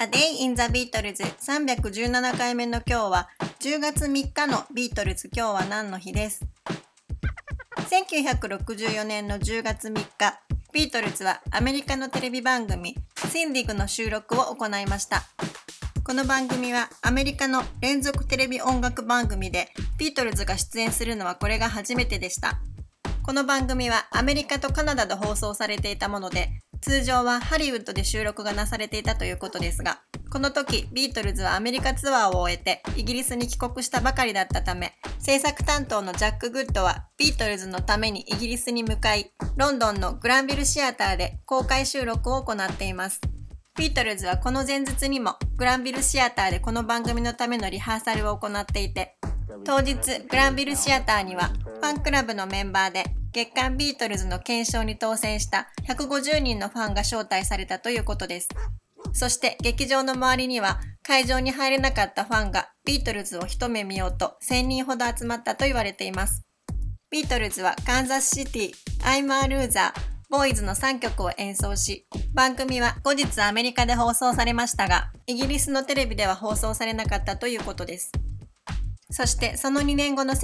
A Day in the Beatles 317回目の今日は10月3日のビートルズ今日は何の日です。1964年の10月3日、ビートルズはアメリカのテレビ番組シンディグの収録を行いました。この番組はアメリカの連続テレビ音楽番組でビートルズが出演するのはこれが初めてでした。この番組はアメリカとカナダで放送されていたもので、通常はハリウッドで収録がなされていたということですが、この時ビートルズはアメリカツアーを終えてイギリスに帰国したばかりだったため、制作担当のジャック・グッドはビートルズのためにイギリスに向かい、ロンドンのグランビルシアターで公開収録を行っています。ビートルズはこの前日にもグランビルシアターでこの番組のためのリハーサルを行っていて、当日グランビルシアターにはファンクラブのメンバーで月間ビートルズの検証に当選した150人のファンが招待されたということです。そして劇場の周りには会場に入れなかったファンがビートルズを一目見ようと1000人ほど集まったと言われています。ビートルズはカンザスシティ、I'm a Loser、ボーイズの3曲を演奏し、番組は後日アメリカで放送されましたが、イギリスのテレビでは放送されなかったということです。そしてその2年後の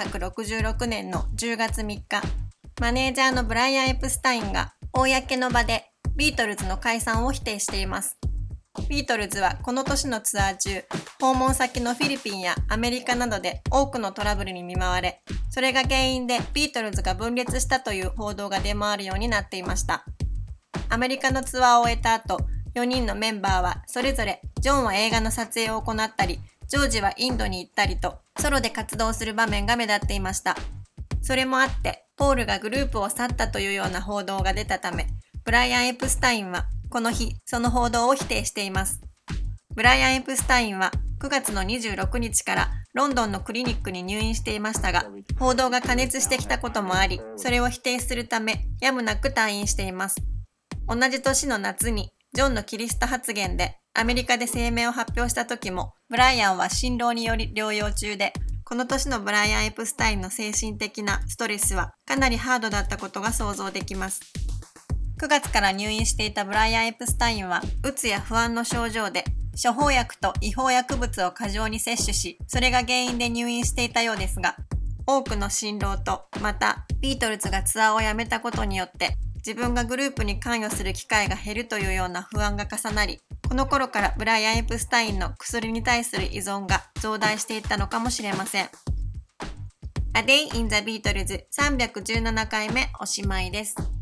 1966年の10月3日、マネージャーのブライアン・エプスタインが公の場でビートルズの解散を否定しています。ビートルズはこの年のツアー中、訪問先のフィリピンやアメリカなどで多くのトラブルに見舞われ、それが原因でビートルズが分裂したという報道が出回るようになっていました。アメリカのツアーを終えた後、4人のメンバーはそれぞれジョンは映画の撮影を行ったり、ジョージはインドに行ったりとソロで活動する場面が目立っていました。それもあってポールがグループを去ったというような報道が出たため、ブライアン・エプスタインはこの日その報道を否定しています。ブライアン・エプスタインは9月の26日からロンドンのクリニックに入院していましたが、報道が過熱してきたこともあり、それを否定するためやむなく退院しています。同じ年の夏にジョンのキリスト発言でアメリカで声明を発表した時も、ブライアンは心労により療養中で、この年のブライアン・エプスタインの精神的なストレスはかなりハードだったことが想像できます。9月から入院していたブライアン・エプスタインは、うつや不安の症状で、処方薬と違法薬物を過剰に摂取し、それが原因で入院していたようですが、多くの心労と、またビートルズがツアーをやめたことによって、自分がグループに関与する機会が減るというような不安が重なり、この頃からブライアン・エプスタインの薬に対する依存が増大していったのかもしれません。A Day in the Beatles 317回目おしまいです。